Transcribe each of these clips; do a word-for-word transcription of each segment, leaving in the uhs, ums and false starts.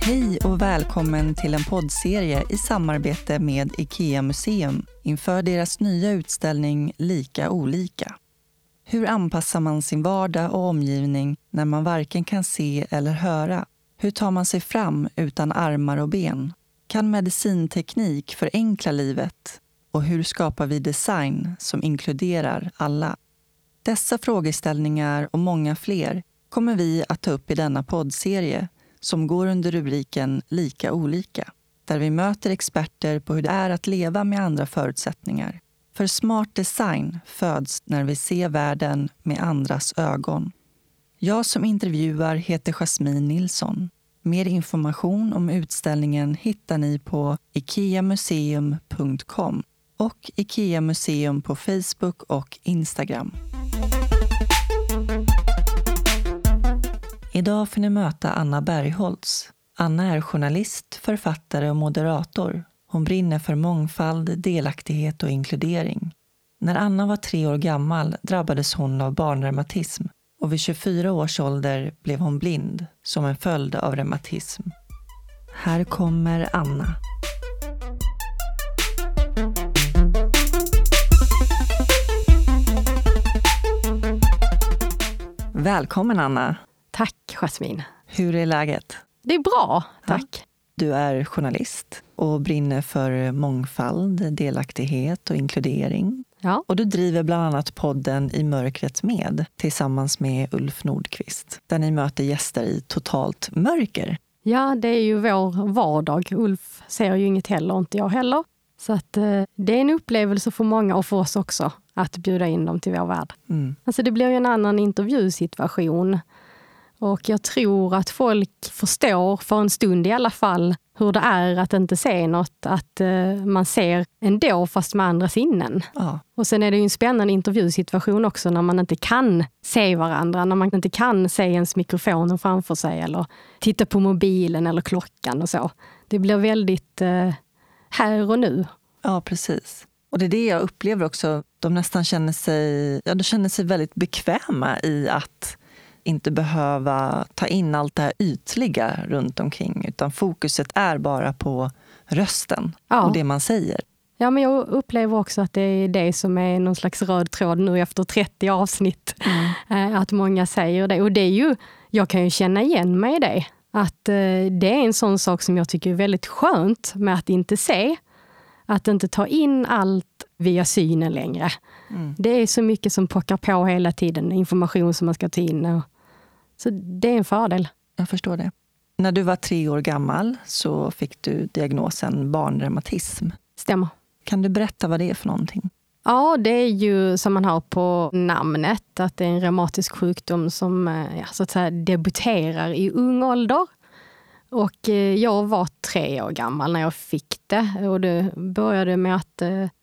Hej och välkommen till en poddserie i samarbete med IKEA Museum inför deras nya utställning Lika olika. Hur anpassar man sin vardag och omgivning när man varken kan se eller höra? Hur tar man sig fram utan armar och ben? Kan medicinteknik förenkla livet? Och hur skapar vi design som inkluderar alla? Dessa frågeställningar och många fler kommer vi att ta upp i denna poddserie som går under rubriken Lika olika, där vi möter experter på hur det är att leva med andra förutsättningar. För smart design föds när vi ser världen med andras ögon. Jag som intervjuar heter Jasmin Nilsson. Mer information om utställningen hittar ni på ikea museum punkt com och IKEA Museum på Facebook och Instagram. Idag får ni möta Anna Bergholtz. Anna är journalist, författare och moderator. Hon brinner för mångfald, delaktighet och inkludering. När Anna var tre år gammal drabbades hon av barnreumatism och vid tjugofyra års ålder blev hon blind som en följd av reumatism. Här kommer Anna. Välkommen Anna. Tack Jasmin. Hur är läget? Det är bra, tack. Ja. Du är journalist och brinner för mångfald, delaktighet och inkludering. Ja. Och du driver bland annat podden I mörkret med tillsammans med Ulf Nordqvist. Där ni möter gäster i totalt mörker. Ja, det är ju vår vardag. Ulf ser ju inget heller, inte jag heller. Så att, eh, det är en upplevelse för många och för oss också att bjuda in dem till vår värld. Mm. Alltså det blir ju en annan intervjusituation. Och jag tror att folk förstår för en stund i alla fall hur det är att inte se något. Att uh, man ser ändå fast med andra sinnen. Ja. Och sen är det ju en spännande intervjusituation också när man inte kan se varandra. När man inte kan se ens mikrofonen framför sig eller titta på mobilen eller klockan och så. Det blir väldigt uh, här och nu. Ja, precis. Och det är det jag upplever också. De nästan känner sig, ja, de känner sig väldigt bekväma i att inte behöva ta in allt det här ytliga runt omkring. Utan fokuset är bara på rösten ja. Och det man säger. Ja, men jag upplever också att det är det som är någon slags röd tråd nu efter trettio avsnitt. Mm. Att många säger det. Och det är ju, jag kan ju känna igen mig i det. Att det är en sån sak som jag tycker är väldigt skönt med att inte se. Att inte ta in allt via synen längre. Mm. Det är så mycket som pockar på hela tiden. Information som man ska ta in. Och så det är en fördel. Jag förstår det. När du var tre år gammal så fick du diagnosen barnreumatism. Stämmer. Kan du berätta vad det är för någonting? Ja, det är ju som man har på namnet. Att det är en reumatisk sjukdom som ja, så att säga, debuterar i ung ålder. Och jag var tre år gammal när jag fick det. Och det började med att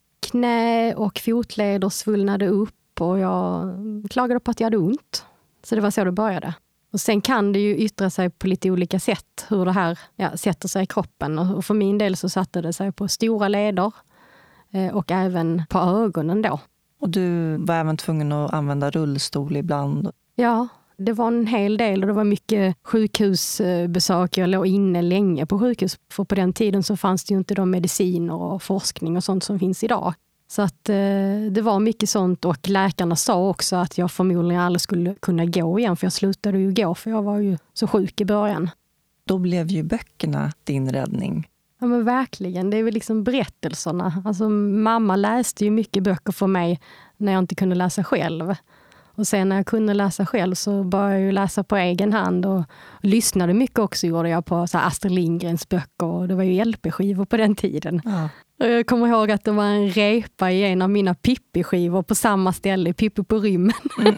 knä och fotleder svullnade upp. Och jag klagade på att jag hade ont. Så det var så det började. Och sen kan det ju yttra sig på lite olika sätt. Hur det här ja, sätter sig i kroppen. Och för min del så satte det sig på stora leder. Och även på ögonen då. Och du var även tvungen att använda rullstol ibland? Ja, det var en hel del och det var mycket sjukhusbesök. Jag låg inne länge på sjukhus. För på den tiden så fanns det ju inte de mediciner och forskning och sånt som finns idag. Så att eh, det var mycket sånt och läkarna sa också att jag förmodligen aldrig skulle kunna gå igen. För jag slutade ju gå för jag var ju så sjuk i början. Då blev ju böckerna din räddning. Ja men verkligen, det är väl liksom berättelserna. Alltså mamma läste ju mycket böcker för mig när jag inte kunde läsa själv. Och sen när jag kunde läsa själv så började jag ju läsa på egen hand och, och lyssnade mycket också gjorde jag på så här Astrid Lindgrens böcker och det var ju L P-skivor på den tiden. Ja. Och jag kommer ihåg att det var en repa i en av mina Pippi-skivor på samma ställe, Pippi på rymmen. Mm.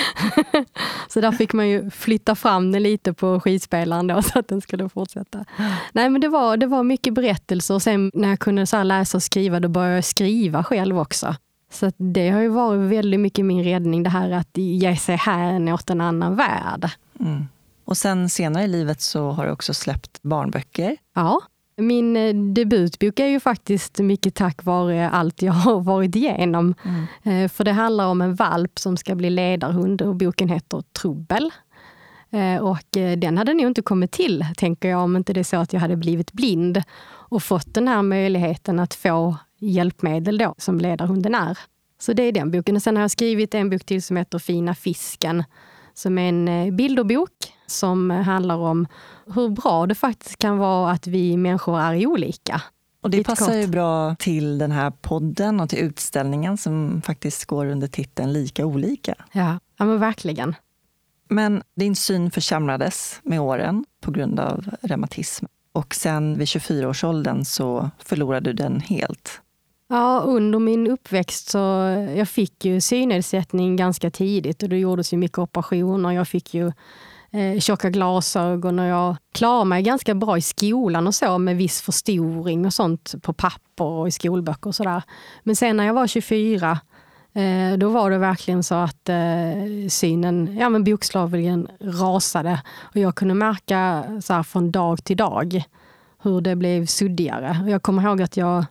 Så där fick man ju flytta fram den lite på skivspelaren då så att den skulle fortsätta. Nej men det var, det var mycket berättelser och sen när jag kunde så här läsa och skriva då började jag skriva själv också. Så att det har ju varit väldigt mycket min räddning det här att ge sig här åt en annan värld. Mm. Och sen senare i livet så har du också släppt barnböcker. Ja, min debutbok är ju faktiskt mycket tack vare allt jag har varit igenom. Mm. För det handlar om en valp som ska bli ledarhund och boken heter Trubbel. Och den hade nog inte kommit till, tänker jag, om inte det är så att jag hade blivit blind och fått den här möjligheten att få hjälpmedel då, som ledarhunden är. Så det är den boken. Och sen har jag skrivit en bok till som heter Fina fisken, som är en bilderbok som handlar om hur bra det faktiskt kan vara att vi människor är olika. Och det passar ju bra till den här podden och till utställningen som faktiskt går under titeln Lika olika. Ja, ja men verkligen. Men din syn försämrades med åren på grund av reumatism. Och sen vid tjugofyraårsåldern så förlorade du den helt. Ja, under min uppväxt så jag fick ju synnedsättning ganska tidigt och det gjordes ju mycket operationer. Jag fick ju eh, tjocka glasögon och jag klarade mig ganska bra i skolan och så med viss förstoring och sånt på papper och i skolböcker och sådär. Men sen när jag var tjugofyra eh, då var det verkligen så att eh, synen ja, men bokstavligen rasade och jag kunde märka så här, från dag till dag hur det blev suddigare. Och jag kommer ihåg att jag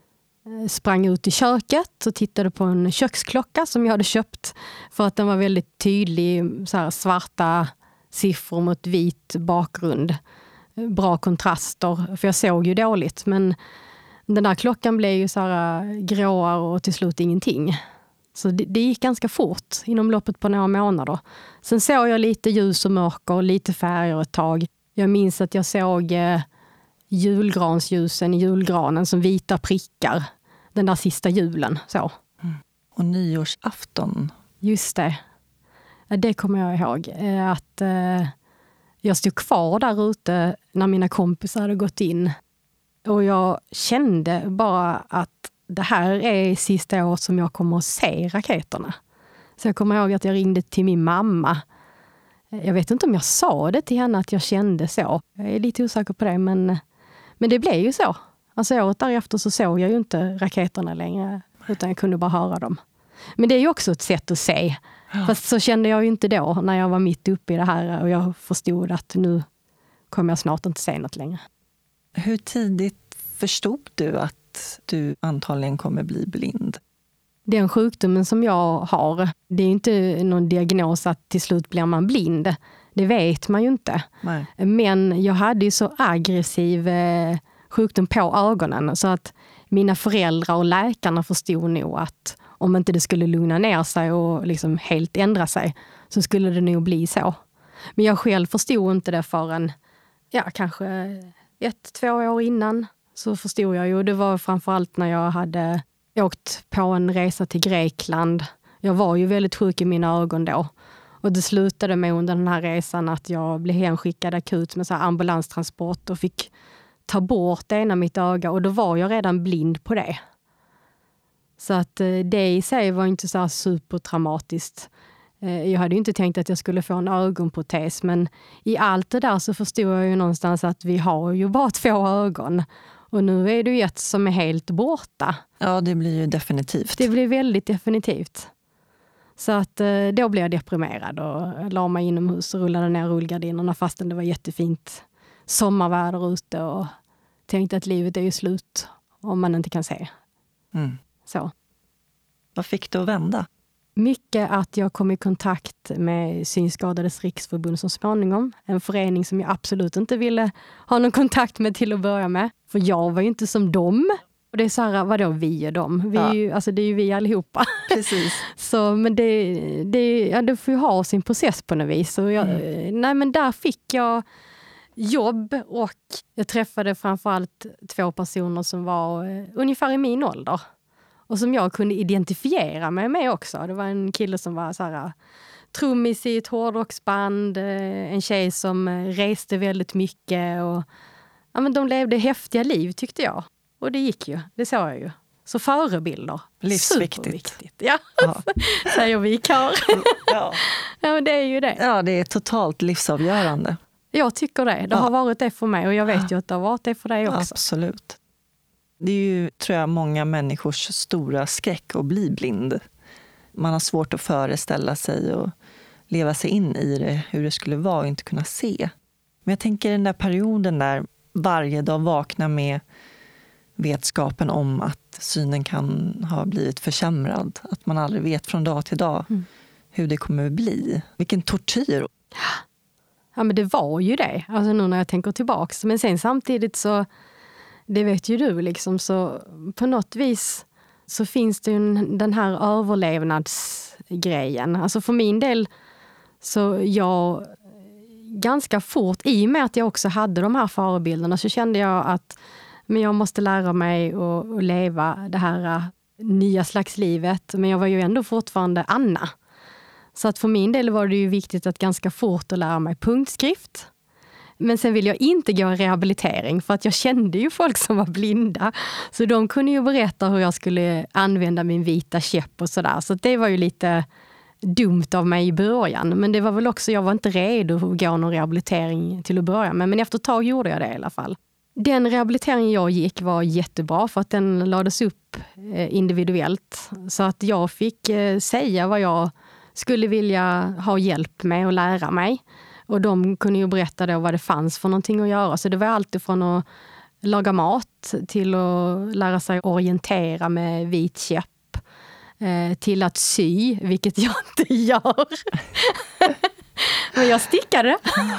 sprang ut i köket och tittade på en köksklocka som jag hade köpt för att den var väldigt tydlig, så här svarta siffror mot vit bakgrund. Bra kontraster, för jag såg ju dåligt, men den där klockan blev ju så här gråare och till slut ingenting. Så det, det gick ganska fort inom loppet på några månader. Sen såg jag lite ljus och mörker, lite färger ett tag. Jag minns att jag såg eh, julgransljusen i julgranen som vita prickar. Den där sista julen. Så. Mm. Och nyårsafton. Just det. Det kommer jag ihåg. Att eh, jag stod kvar där ute när mina kompisar hade gått in. Och jag kände bara att det här är sista året som jag kommer att se raketerna. Så jag kommer ihåg att jag ringde till min mamma. Jag vet inte om jag sa det till henne att jag kände så. Jag är lite osäker på det, men, men det blev ju så. Alltså året därefter så såg jag ju inte raketerna längre, utan jag kunde bara höra dem. Men det är ju också ett sätt att se. Ja. Fast så kände jag ju inte då när jag var mitt uppe i det här och jag förstod att nu kommer jag snart inte se något längre. Hur tidigt förstod du att du antagligen kommer bli blind? Den sjukdomen som jag har, det är ju inte någon diagnos att till slut blir man blind. Det vet man ju inte. Nej. Men jag hade ju så aggressiv eh, sjukdom på ögonen så att mina föräldrar och läkarna förstod nog att om inte det skulle lugna ner sig och liksom helt ändra sig så skulle det nog bli så. Men jag själv förstod inte det förrän ja, kanske ett, två år innan så förstod jag ju. Det var framförallt när jag hade åkt på en resa till Grekland. Jag var ju väldigt sjuk i mina ögon då. Och det slutade med under den här resan att jag blev hemskickad akut med så här ambulanstransport och fick ta bort det ena mitt öga. Och då var jag redan blind på det. Så att det i sig var inte så här supertraumatiskt. Jag hade ju inte tänkt att jag skulle få en ögonprotes, men i allt det där så förstod jag ju någonstans att vi har ju bara två ögon. Och nu är det ju ett som är helt borta. Ja, det blir ju definitivt. Det blir väldigt definitivt. Så att då blev jag deprimerad och la mig inomhus och rullade ner rullgardinerna fastän det var jättefint sommarväder ute och tänkte att livet är ju slut om man inte kan se. Mm. Så. Vad fick du att vända? Mycket att jag kom i kontakt med Synskadades riksförbund så småningom. En förening som jag absolut inte ville ha någon kontakt med till att börja med. För jag var ju inte som dem. Och det är så här, vadå vi och dem? Vi är ju, alltså det är ju vi allihopa. Precis. Så, men det, det, ja, det får ju ha sin process på något vis. Och jag, mm. Nej, men där fick jag jobb och jag träffade framförallt två personer som var uh, ungefär i min ålder. Och som jag kunde identifiera mig med också. Det var en kille som var så här trummis i ett hårdrocksband. En tjej som reste väldigt mycket. Och, ja, men de levde häftiga liv tyckte jag. Och det gick ju, det såg jag ju. Så förebilder. Livsviktigt. Superviktigt. Ja, ja. Säger vi i kör. Ja. Ja, men det är ju det. Ja, det är totalt livsavgörande. Jag tycker det. Det ja. har varit det för mig och jag vet ju att det har varit det för dig också. Absolut. Det är ju, tror jag, många människors stora skräck att bli blind. Man har svårt att föreställa sig och leva sig in i det, hur det skulle vara och inte kunna se. Men jag tänker den där perioden där varje dag vakna med vetskapen om att synen kan ha blivit försämrad. Att man aldrig vet från dag till dag mm. hur det kommer att bli. Vilken tortyr. Ja, men det var ju det. Alltså nu när jag tänker tillbaks. Men sen samtidigt så, det vet ju du liksom, så på något vis så finns det ju en, den här överlevnadsgrejen. Alltså för min del så jag ganska fort, i och med att jag också hade de här förebilderna, så kände jag att men jag måste lära mig att, att leva det här nya slags livet. Men jag var ju ändå fortfarande Anna. Så att för min del var det ju viktigt att ganska fort att lära mig punktskrift. Men sen ville jag inte gå i rehabilitering för att jag kände ju folk som var blinda. Så de kunde ju berätta hur jag skulle använda min vita käpp och sådär. Så det var ju lite dumt av mig i början. Men det var väl också, jag var inte redo att gå någon rehabilitering till att börja med. Men efter ett tag gjorde jag det i alla fall. Den rehabiliteringen jag gick var jättebra för att den lades upp individuellt. Så att jag fick säga vad jag skulle vilja ha hjälp med och lära mig. Och de kunde ju berätta då vad det fanns för någonting att göra. Så det var alltid från att laga mat till att lära sig orientera med vit käpp. Eh, till att sy, vilket jag inte gör. Men jag stickade.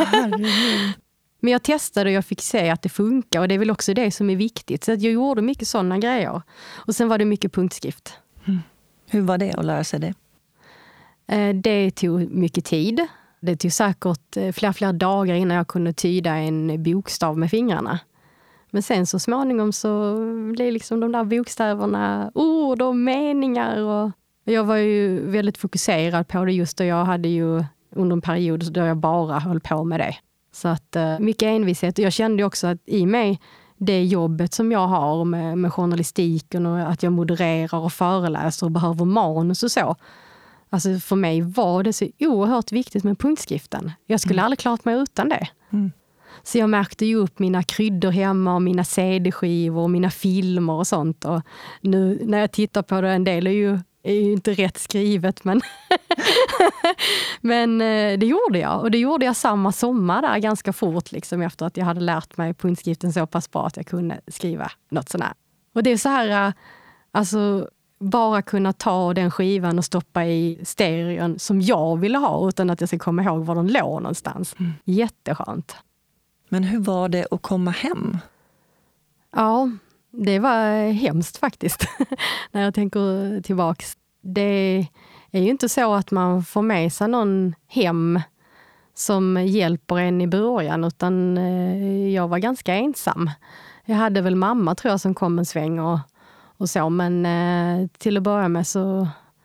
Men jag testade och jag fick se att det funkar. Och det är väl också det som är viktigt. Så att jag gjorde mycket sådana grejer. Och sen var det mycket punktskrift. Mm. Hur var det att lära sig det? Eh, det tog mycket tid. Det tog säkert flera, flera dagar innan jag kunde tyda en bokstav med fingrarna. Men sen så småningom så blev liksom de där bokstäverna ord och meningar. Och jag var ju väldigt fokuserad på det just då. Jag hade ju under en period då jag bara höll på med det. Så att mycket envishet. Jag kände också att i mig det jobbet som jag har med, med journalistiken och att jag modererar och föreläser och behöver manus och så. Alltså för mig var det så oerhört viktigt med punktskriften. Jag skulle mm. aldrig klarat mig utan det. Mm. Så jag märkte ju upp mina kryddor hemma och mina C D-skivor och mina filmer och sånt. Och nu när jag tittar på det, en del är ju, är ju inte rätt skrivet. Men, men det gjorde jag. Och det gjorde jag samma sommar där ganska fort. Liksom, efter att jag hade lärt mig punktskriften så pass bra att jag kunde skriva något sånt här. Och det är så här, alltså bara kunna ta den skivan och stoppa i stereon som jag ville ha utan att jag ska komma ihåg var den låg någonstans. Mm. Jätteskönt. Men hur var det att komma hem? Ja, det var hemskt faktiskt. När jag tänker tillbaks. Det är ju inte så att man får med sig någon hem som hjälper en i början, utan jag var ganska ensam. Jag hade väl mamma tror jag som kom en sväng och Och så, men eh, till att börja med så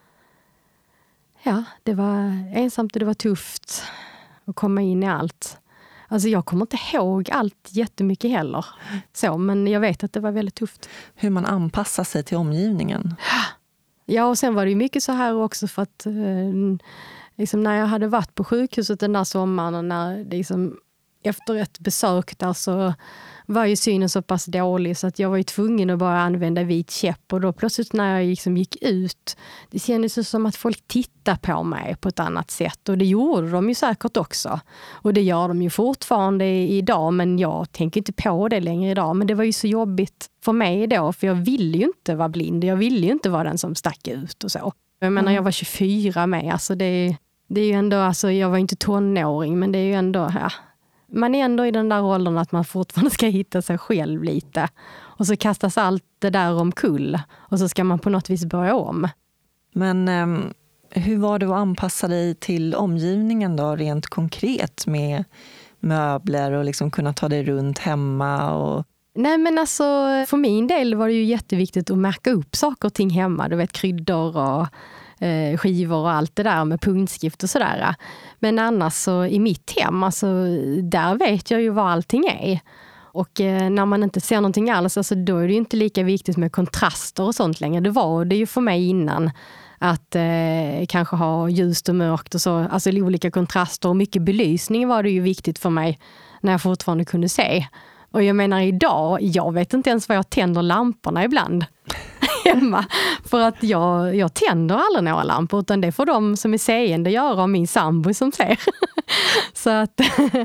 ja, det var ensamt och det var tufft att komma in i allt. Alltså jag kommer inte ihåg allt jättemycket heller. Så, men jag vet att det var väldigt tufft. Hur man anpassar sig till omgivningen. Ja, och sen var det ju mycket så här också för att eh, liksom när jag hade varit på sjukhuset den där sommaren och när det liksom efter ett besök där så var ju synen så pass dålig så att jag var ju tvungen att bara använda vit käpp. Och då plötsligt när jag liksom gick ut, det kändes som att folk tittade på mig på ett annat sätt. Och det gjorde de ju säkert också. Och det gör de ju fortfarande idag, men jag tänker inte på det längre idag. Men det var ju så jobbigt för mig då, för jag ville ju inte vara blind. Jag ville ju inte vara den som stack ut och så. Jag menar, jag var tjugofyra med, alltså det, det är ju ändå, alltså jag var inte tonåring, men det är ju ändå, ja. Man är ändå i den där rollen att man fortfarande ska hitta sig själv lite. Och så kastas allt det där omkull. Och så ska man på något vis börja om. Men eh, hur var det att anpassa dig till omgivningen då, rent konkret med möbler och liksom kunna ta dig runt hemma? Och... Nej, men alltså för min del var det ju jätteviktigt att märka upp saker och ting hemma. Du vet, kryddor och eh, skivor och allt det där med punktskrift och sådär. Men annars så i mitt hem, alltså, där vet jag ju vad allting är. Och eh, när man inte ser någonting alls, alltså, då är det ju inte lika viktigt med kontraster och sånt längre. Det var det ju för mig innan att eh, kanske ha ljust och mörkt och så. Alltså olika kontraster och mycket belysning var det ju viktigt för mig när jag fortfarande kunde se. Och jag menar idag, jag vet inte ens vad jag tänder lamporna ibland hemma. För att jag, jag tänder aldrig några lampor, utan det får de som är seende göra och min sambo som ser. Så att,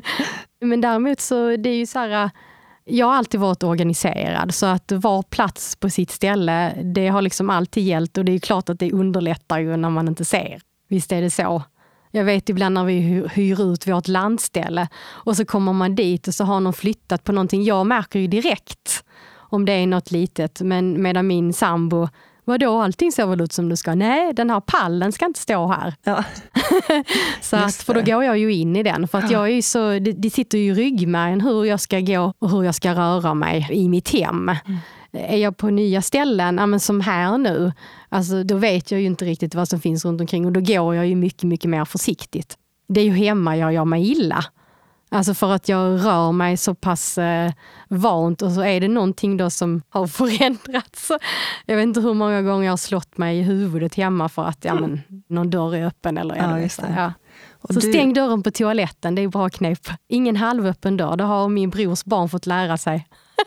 men däremot så det är ju så här, jag har alltid varit organiserad, så att vara plats på sitt ställe, det har liksom alltid gällt, och det är klart att det underlättar ju när man inte ser. Visst är det så. Jag vet ibland när vi hyr ut vårt landställe och så kommer man dit och så har någon flyttat på någonting. Jag märker ju direkt om det är något litet, men medan min sambo, vadå, allting ser väl ut som du ska? Nej, den här pallen ska inte stå här. Ja. Så att, för då går jag ju in i den. För att jag är ju så, det, det sitter ju i ryggmärgen hur jag ska gå och hur jag ska röra mig i mitt hem. Mm. Är jag på nya ställen, ja, men som här nu, alltså, då vet jag ju inte riktigt vad som finns runt omkring och då går jag ju mycket, mycket mer försiktigt. Det är ju hemma jag gör mig illa. Alltså för att jag rör mig så pass eh, vant och så är det någonting då som har förändrats. Jag vet inte hur många gånger jag har slått mig i huvudet hemma för att ja, men, någon dör är öppen. Eller, ja, ja, just det. Ja. Och så du... stäng dörren på toaletten, det är bra knep. Ingen halvöppen dörr, det har min brors barn fått lära sig.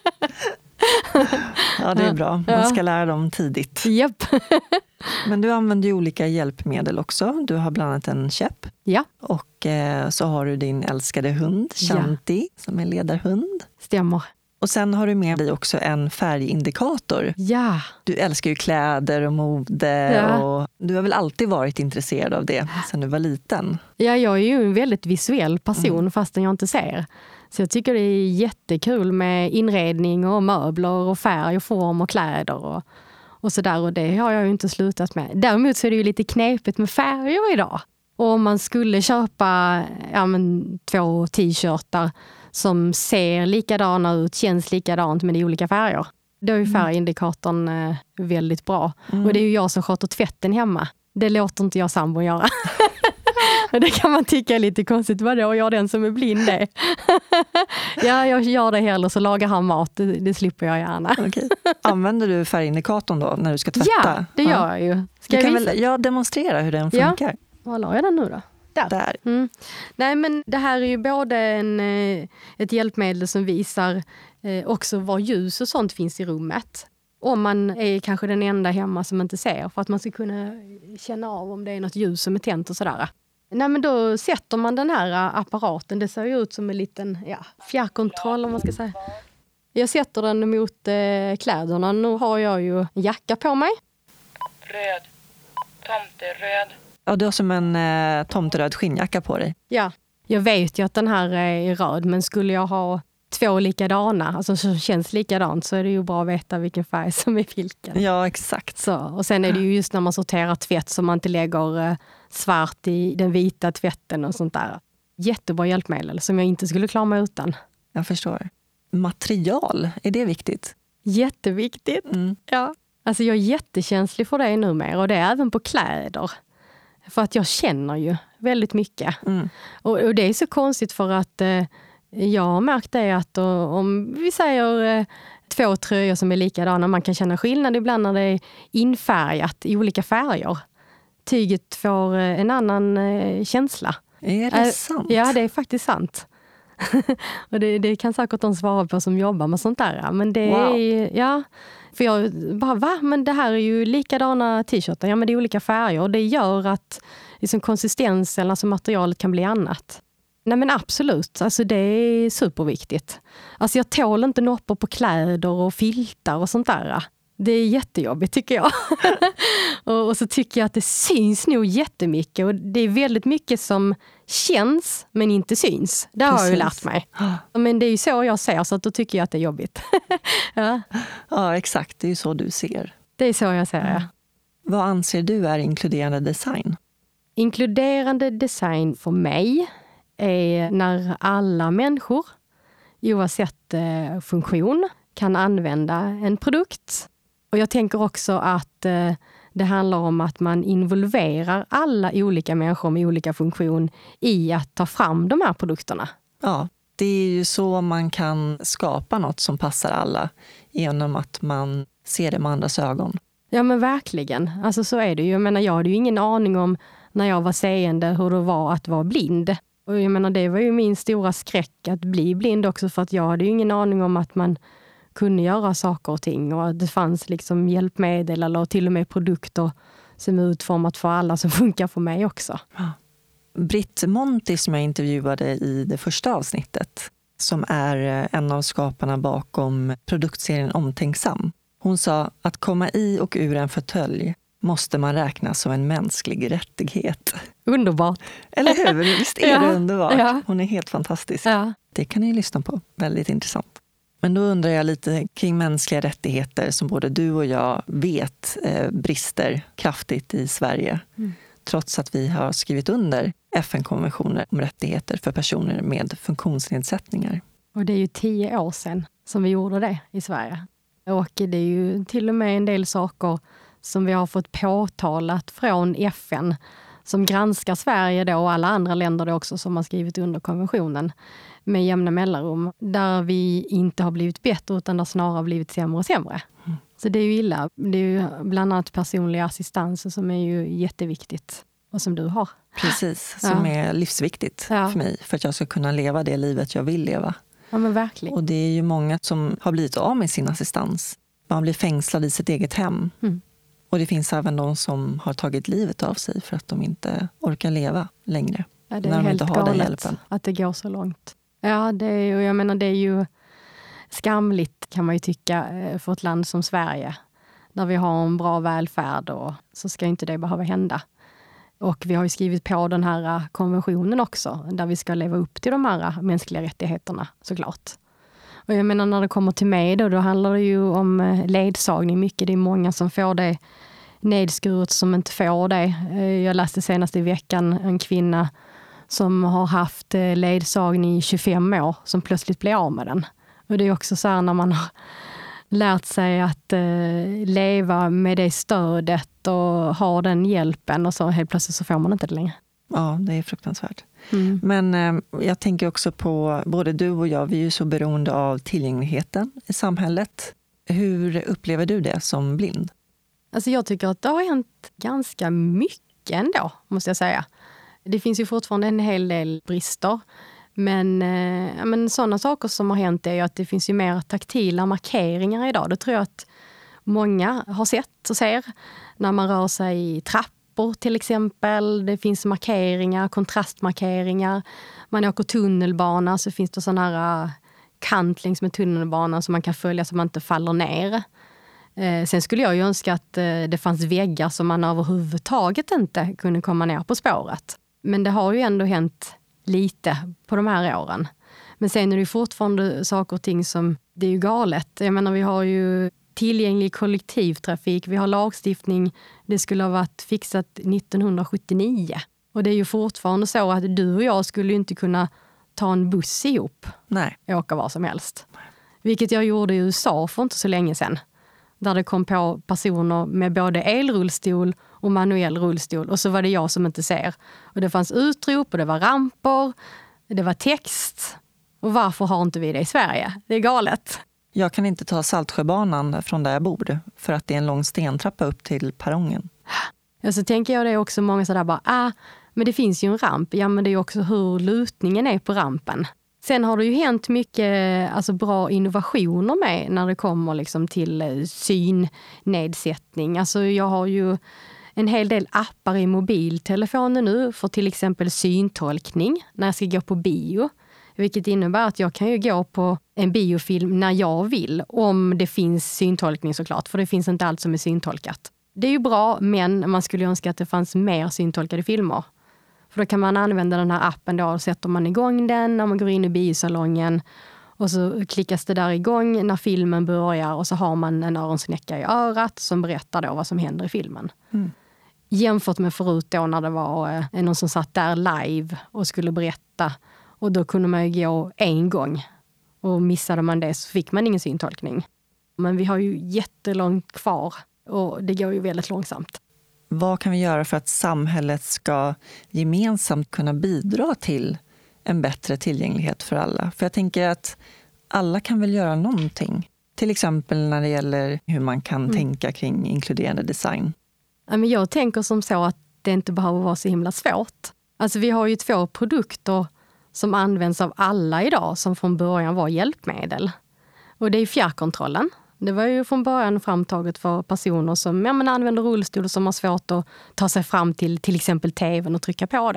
Ja, det är bra. Man ska lära dem tidigt. Japp. Men du använder ju olika hjälpmedel också. Du har bland annat en käpp. Ja. Och eh, så har du din älskade hund, Shanti, ja. Som är ledarhund. Stämmer. Och sen har du med dig också en färgindikator. Ja. Du älskar ju kläder och mode. Ja. Och du har väl alltid varit intresserad av det sedan du var liten? Ja, jag är ju en väldigt visuell person mm. fastän jag inte ser. Så jag tycker det är jättekul med inredning och möbler och färg och form och kläder och, och sådär. Och det har jag ju inte slutat med. Däremot så är det ju lite knepigt med färger idag. Och om man skulle köpa ja, men, två t-shirtar som ser likadana ut, känns likadant men det är olika färger. Då är ju färgindikatorn eh, väldigt bra. Mm. Och det är ju jag som sköter tvätten hemma. Det låter inte jag sambon göra. Och det kan man tycka är lite konstigt. Vadå, jag är den som är blind det. Ja, jag gör det heller så lagar han mat. Det, det slipper jag gärna. Okej. Använder du färgindikatorn då när du ska tvätta? Ja, det gör ja. jag ju. Ska du jag kan väl jag demonstrera hur den funkar? Ja. Var la jag den nu då? Där. Där. Mm. Nej, men det här är ju både en, ett hjälpmedel som visar eh, också var ljus och sånt finns i rummet. Om man är kanske den enda hemma som inte ser. För att man ska kunna känna av om det är något ljus som är tänt och sådär. Nej, men då sätter man den här apparaten. Det ser ju ut som en liten ja, fjärrkontroll om man ska säga. Jag sätter den mot eh, kläderna. Nu har jag ju en jacka på mig. Röd. Tomteröd. Ja, du har som en eh, tomteröd skinnjacka på dig. Ja, jag vet ju att den här är röd. Men skulle jag ha två likadana, alltså som känns likadant, så är det ju bra att veta vilken färg som är vilken. Ja, exakt. Så, och sen är det ju just när man sorterar tvätt som man inte lägger eh, svart i den vita tvätten och sånt där. Jättebra hjälpmedel som jag inte skulle klara mig utan. Jag förstår. Material, är det viktigt? Jätteviktigt, mm. ja. Alltså jag är jättekänslig för det numera och det är även på kläder. För att jag känner ju väldigt mycket. Mm. Och, och det är så konstigt för att eh, jag har märkt det att och, om vi säger eh, två tröjor som är likadana, man kan känna skillnad ibland när det är infärgat i olika färger. Tyget får eh, en annan eh, känsla. Är det äh, sant? Ja, det är faktiskt sant. Och det, det kan säkert de svara på som jobbar med sånt där. Men det wow. är, ja, för jag bara, va? Men det här är ju likadana t-shirtar. Ja, men det är olika färger och det gör att liksom, konsistensen, alltså materialet kan bli annat. Nej, men absolut. Alltså det är superviktigt. Alltså jag tål inte noppor på kläder och filtar och sånt där. Det är jättejobbigt tycker jag. och, och så tycker jag att det syns nog jättemycket. Och det är väldigt mycket som känns men inte syns. Det har jag ju lärt mig. Men det är ju så jag ser, så att då tycker jag att det är jobbigt. ja. ja, exakt. Det är ju så du ser. Det är så jag ser, ja. Vad anser du är inkluderande design? Inkluderande design för mig är när alla människor, oavsett eh, funktion, kan använda en produkt. Och jag tänker också att eh, det handlar om att man involverar alla olika människor med olika funktion i att ta fram de här produkterna. Ja, det är ju så man kan skapa något som passar alla genom att man ser det med andras ögon. Ja, men verkligen. Alltså så är det ju. Jag menar, jag hade ju ingen aning om när jag var seende hur det var att vara blind. Och jag menar, det var ju min stora skräck att bli blind också, för att jag hade ju ingen aning om att man kunde göra saker och ting och att det fanns liksom hjälpmedel eller till och med produkter som är utformat för alla som funkar för mig också. Britt Monti som jag intervjuade i det första avsnittet, som är en av skaparna bakom produktserien Omtänksam. Hon sa att komma i och ur en fåtölj måste man räkna som en mänsklig rättighet. Underbart. Eller hur? Visst är Ja, det underbart? ja. Hon är helt fantastisk. Ja. Det kan ni lyssna på. Väldigt intressant. Men då undrar jag lite kring mänskliga rättigheter som både du och jag vet eh, brister kraftigt i Sverige. Mm. Trots att vi har skrivit under F N-konventioner om rättigheter för personer med funktionsnedsättningar. Och det är ju tio år sedan som vi gjorde det i Sverige. Och det är ju till och med en del saker som vi har fått påtalat från F N som granskar Sverige då och alla andra länder då också som har skrivit under konventionen med jämna mellanrum. Där vi inte har blivit bättre utan där snarare blivit sämre och sämre. Mm. Så det är ju illa. Det är ju bland annat personlig assistans som är ju jätteviktigt och som du har. Precis, som ja. är livsviktigt ja. för mig för att jag ska kunna leva det livet jag vill leva. Ja, men verkligen. Och det är ju många som har blivit av med sin assistans. Man blir fängslad i sitt eget hem. Mm. Och det finns även de som har tagit livet av sig för att de inte orkar leva längre. Ja, det är när de helt inte har den galet hjälpen. Att det går så långt. Ja, det är, och jag menar det är ju skamligt kan man ju tycka för ett land som Sverige. Där vi har en bra välfärd och så ska inte det behöva hända. Och vi har ju skrivit på den här konventionen också. Där vi ska leva upp till de här mänskliga rättigheterna såklart. Och jag menar när det kommer till mig då, då handlar det ju om ledsagning mycket. Det är många som får det nedskuret som inte får det. Jag läste senast i veckan en kvinna som har haft ledsagning i tjugofem år som plötsligt blir av med den. Och det är också så här när man har lärt sig att eh, leva med det stödet och ha den hjälpen och så helt plötsligt så får man inte det längre. Ja, det är fruktansvärt. Mm. Men eh, jag tänker också på, både du och jag, vi är ju så beroende av tillgängligheten i samhället. Hur upplever du det som blind? Alltså jag tycker att det har hänt ganska mycket ändå, måste jag säga. Det finns ju fortfarande en hel del brister. Men, eh, men sådana saker som har hänt är ju att det finns ju mer taktila markeringar idag. Det tror jag att många har sett och ser när man rör sig i trappor till exempel. Det finns markeringar, kontrastmarkeringar. Man åker tunnelbana så finns det sån här kant längs med tunnelbanan som man kan följa så man inte faller ner. Eh, sen skulle jag ju önska att eh, det fanns väggar som man överhuvudtaget inte kunde komma ner på spåret. Men det har ju ändå hänt lite på de här åren. Men sen är det ju fortfarande saker och ting som det är ju galet. Jag menar vi har ju tillgänglig kollektivtrafik, vi har lagstiftning, det skulle ha varit fixat nittonhundrasjuttionio. Och det är ju fortfarande så att du och jag skulle ju inte kunna ta en buss ihop. Nej. Och åka var som helst. Vilket jag gjorde i U S A för inte så länge sedan. Där det kom på personer med både elrullstol och manuell rullstol. Och så var det jag som inte ser. Och det fanns utrop och det var ramper. Det var text. Och varför har inte vi det i Sverige? Det är galet. Jag kan inte ta Saltsjöbanan från där jag bor. För att det är en lång stentrappa upp till perrongen. Ja, så tänker jag det också många sådär bara, ah, men det finns ju en ramp. Ja, men det är också hur lutningen är på rampen. Sen har det ju hänt mycket alltså bra innovationer med när det kommer liksom till synnedsättning. Alltså jag har ju en hel del appar i mobiltelefonen nu för till exempel syntolkning när jag ska gå på bio. Vilket innebär att jag kan ju gå på en biofilm när jag vill om det finns syntolkning såklart. För det finns inte allt som är syntolkat. Det är ju bra men man skulle önska att det fanns mer syntolkade filmer. För då kan man använda den här appen då och sätter man igång den när man går in i biosalongen. Och så klickas det där igång när filmen börjar och så har man en öronsnäcka i örat som berättar då vad som händer i filmen. Mm. Jämfört med förut då när det var eh, någon som satt där live och skulle berätta. Och då kunde man ju gå en gång. Och missade man det så fick man ingen syntolkning. Men vi har ju jättelångt kvar och det går ju väldigt långsamt. Vad kan vi göra för att samhället ska gemensamt kunna bidra till en bättre tillgänglighet för alla? För jag tänker att alla kan väl göra någonting. Till exempel när det gäller hur man kan mm. tänka kring inkluderande design. Ja, men jag tänker som så att det inte behöver vara så himla svårt. Alltså vi har ju två produkter som används av alla idag som från början var hjälpmedel. Och det är fjärrkontrollen. Det var ju från början framtaget för personer som ja, men använder rullstol och som har svårt att ta sig fram till till exempel tvn och trycka på den.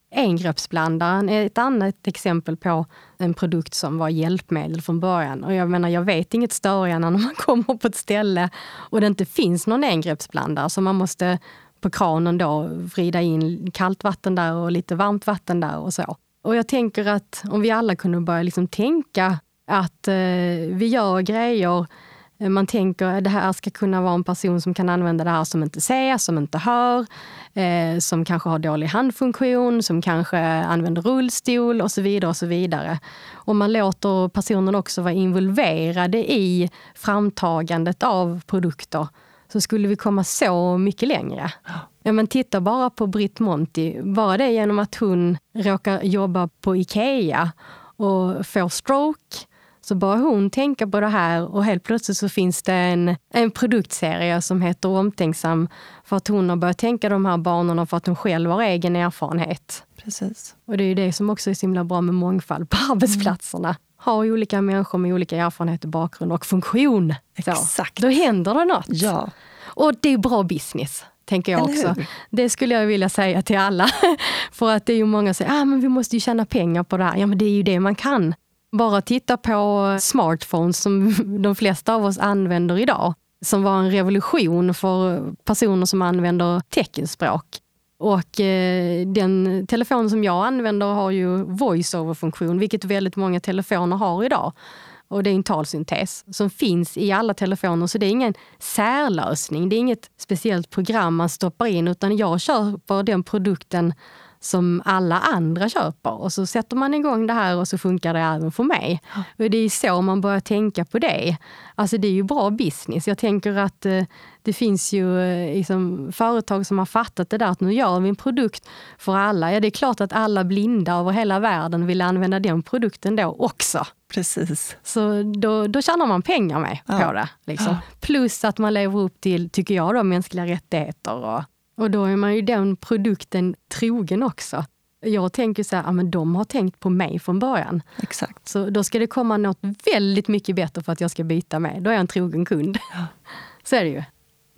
Engreppsblandaren är ett annat exempel på en produkt som var hjälpmedel från början. Och jag menar, jag vet inget större när man kommer på ett ställe och det inte finns någon engreppsblandare, så man måste på kranen då vrida in kallt vatten där och lite varmt vatten där och så. Och jag tänker att om vi alla kunde börja liksom tänka att eh, vi gör grejer, man tänker att det här ska kunna vara en person som kan använda det här som inte ser, som inte hör, eh, som kanske har dålig handfunktion, som kanske använder rullstol och så vidare och så vidare. Och man låter personen också vara involverade i framtagandet av produkter, så skulle vi komma så mycket längre. Ja, men titta bara på Britt Monty. Bara det genom att hon råkar jobba på IKEA och får stroke, så bara hon tänker på det här och helt plötsligt så finns det en, en produktserie som heter Omtänksam, för att hon har börjat tänka de här banorna för att hon själv har egen erfarenhet. Precis. Och det är ju det som också är så himla bra med mångfald på arbetsplatserna. Har ju olika människor med olika erfarenheter, bakgrund och funktion. Exakt. Så, då händer det något. Ja. Och det är bra business, tänker jag Eller också. hur? Det skulle jag vilja säga till alla. För att det är ju många som säger, ah, men vi måste ju tjäna pengar på det här. Ja, men det är ju det man kan. Bara titta på smartphones som de flesta av oss använder idag. Som var en revolution för personer som använder teckenspråk. Och eh, den telefon som jag använder har ju voice-over-funktion, vilket väldigt många telefoner har idag. Och det är en talsyntes som finns i alla telefoner, så det är ingen särlösning. Det är inget speciellt program man stoppar in, utan jag köper den produkten som alla andra köper. Och så sätter man igång det här och så funkar det även för mig. Och det är så man börjar tänka på det. Alltså det är ju bra business. Jag tänker att eh, det finns ju eh, liksom, företag som har fattat det där att nu gör vi en produkt för alla. Ja, det är klart att alla blinda över hela världen vill använda den produkten då också. Precis. Så då, då tjänar man pengar med Ja. på det. Liksom. Plus att man lever upp till, tycker jag då, mänskliga rättigheter. Och, och då är man ju den produkten trogen också. Jag tänker så här, ja, men de har tänkt på mig från början. Exakt. Så då ska det komma något väldigt mycket bättre för att jag ska byta med. Då är jag en trogen kund. Ja. Så är det ju.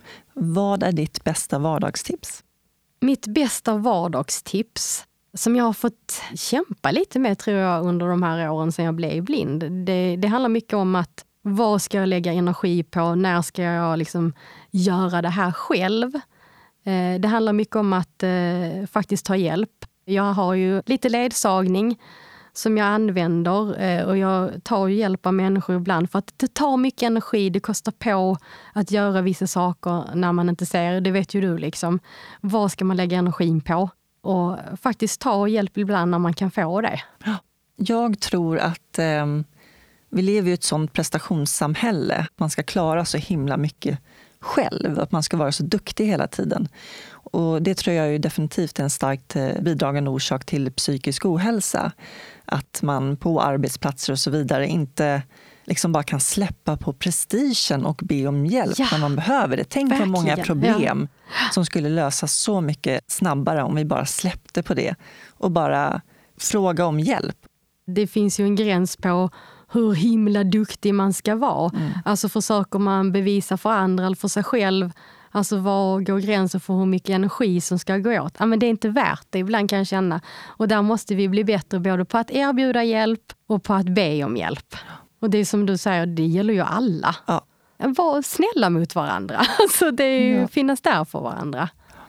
Vad är ditt bästa vardagstips? Mitt bästa vardagstips, som jag har fått kämpa lite med tror jag under de här åren sedan jag blev blind. Det, det handlar mycket om att vad ska jag lägga energi på? När ska jag liksom göra det här själv? Eh, det handlar mycket om att eh, faktiskt ta hjälp. Jag har ju lite ledsagning som jag använder eh, och jag tar ju hjälp av människor ibland för att det tar mycket energi, det kostar på att göra vissa saker när man inte ser, det vet ju du liksom. Vad ska man lägga energin på? Och faktiskt ta hjälp ibland när man kan få det. Jag tror att eh, vi lever i ett sånt prestationssamhälle. Man ska klara så himla mycket själv, att man ska vara så duktig hela tiden. Och det tror jag är definitivt en starkt bidragande orsak till psykisk ohälsa. Att man på arbetsplatser och så vidare inte liksom bara kan släppa på prestigen och be om hjälp Ja, när man behöver det. Tänk vad många verkligen. problem som skulle lösas så mycket snabbare om vi bara släppte på det och bara fråga om hjälp. Det finns ju en gräns på hur himla duktig man ska vara. Mm. Alltså försöker man bevisa för andra eller för sig själv, alltså var går gränsen för hur mycket energi som ska gå åt? Ja, men det är inte värt det, ibland kan jag känna. Och där måste vi bli bättre både på att erbjuda hjälp och på att be om hjälp. Och det är som du säger, det gäller ju alla. Ja. Var snälla mot varandra. Alltså det är ju, Ja. finnas där för varandra.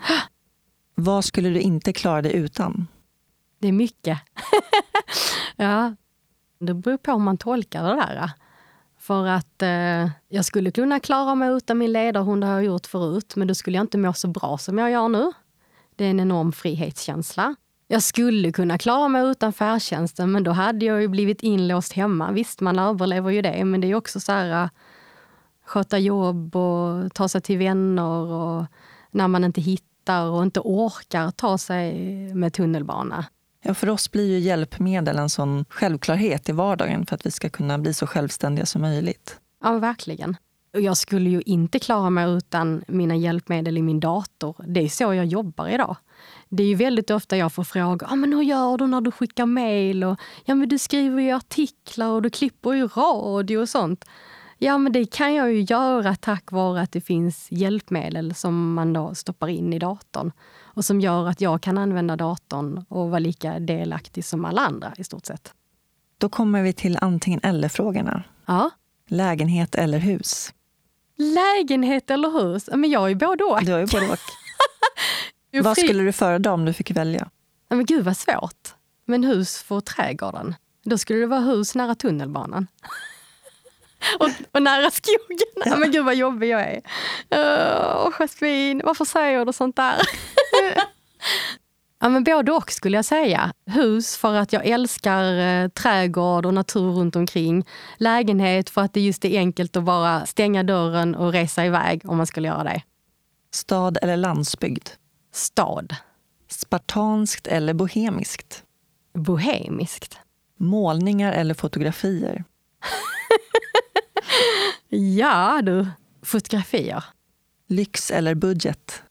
Vad skulle du inte klara dig utan? Det är mycket. Ja, det beror på hur man tolkar det där. För att eh, jag skulle kunna klara mig utan min ledarhund, det har jag gjort förut. Men då skulle jag inte må så bra som jag gör nu. Det är en enorm frihetskänsla. Jag skulle kunna klara mig utan färdtjänsten, men då hade jag ju blivit inlåst hemma. Visst, man överlever ju det, men det är också så här sköta jobb och ta sig till vänner och när man inte hittar och inte orkar ta sig med tunnelbana. Ja, för oss blir ju hjälpmedel en sån självklarhet i vardagen för att vi ska kunna bli så självständiga som möjligt. Ja, verkligen. Och jag skulle ju inte klara mig utan mina hjälpmedel i min dator. Det är så jag jobbar idag. Det är ju väldigt ofta jag får frågor. Ah, men hur gör du när du skickar mejl? Och, ja, men du skriver ju artiklar och du klipper ju radio och sånt. Ja, men det kan jag ju göra tack vare att det finns hjälpmedel som man då stoppar in i datorn. och som gör att jag kan använda datorn och vara lika delaktig som alla andra i stort sett. Då kommer vi till antingen eller-frågorna. Ja. Lägenhet eller hus? Lägenhet eller hus? Men jag är ju både och. Du är ju både och. Vad skulle du föredra om du fick välja? Ja, men gud vad svårt. Men hus för trädgården. Då skulle det vara hus nära tunnelbanan. och, och nära skogen. Ja. Men gud vad jobbig jag är. Åh, uh, Jasmin, varför säger du sånt där? Ja, men både och skulle jag säga. Hus för att jag älskar eh, trädgård och natur runt omkring. Lägenhet för att det just är enkelt att bara stänga dörren och resa iväg om man skulle göra det. Stad eller landsbygd? Stad. Spartanskt eller bohemiskt? Bohemiskt. Målningar eller fotografier? Ja du, fotografier. Lyx eller budget?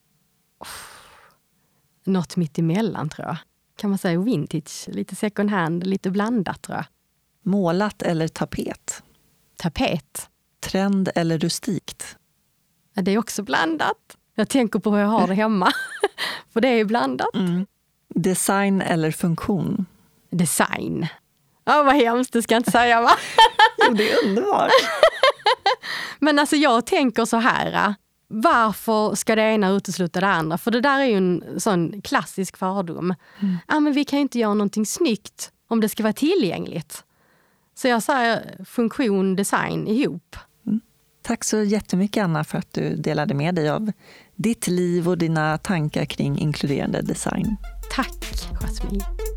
Något mitt emellan tror jag. Kan man säga vintage, lite second hand, lite blandat tror jag. Målat eller tapet? Tapet. Trend eller rustikt? Ja, det är också blandat. Jag tänker på hur jag har det hemma. För det är blandat. Mm. Design eller funktion? Design. Ja, vad hemskt, det ska jag inte säga va? Jo, det är underbart. Men alltså jag tänker så här. Varför ska det ena utesluta det andra? För det där är ju en sån klassisk fördom. Mm. Ja, men vi kan ju inte göra någonting snyggt om det ska vara tillgängligt. Så jag säger funktion, design ihop. Mm. Tack så jättemycket Anna för att du delade med dig av ditt liv och dina tankar kring inkluderande design. Tack, Jasmin.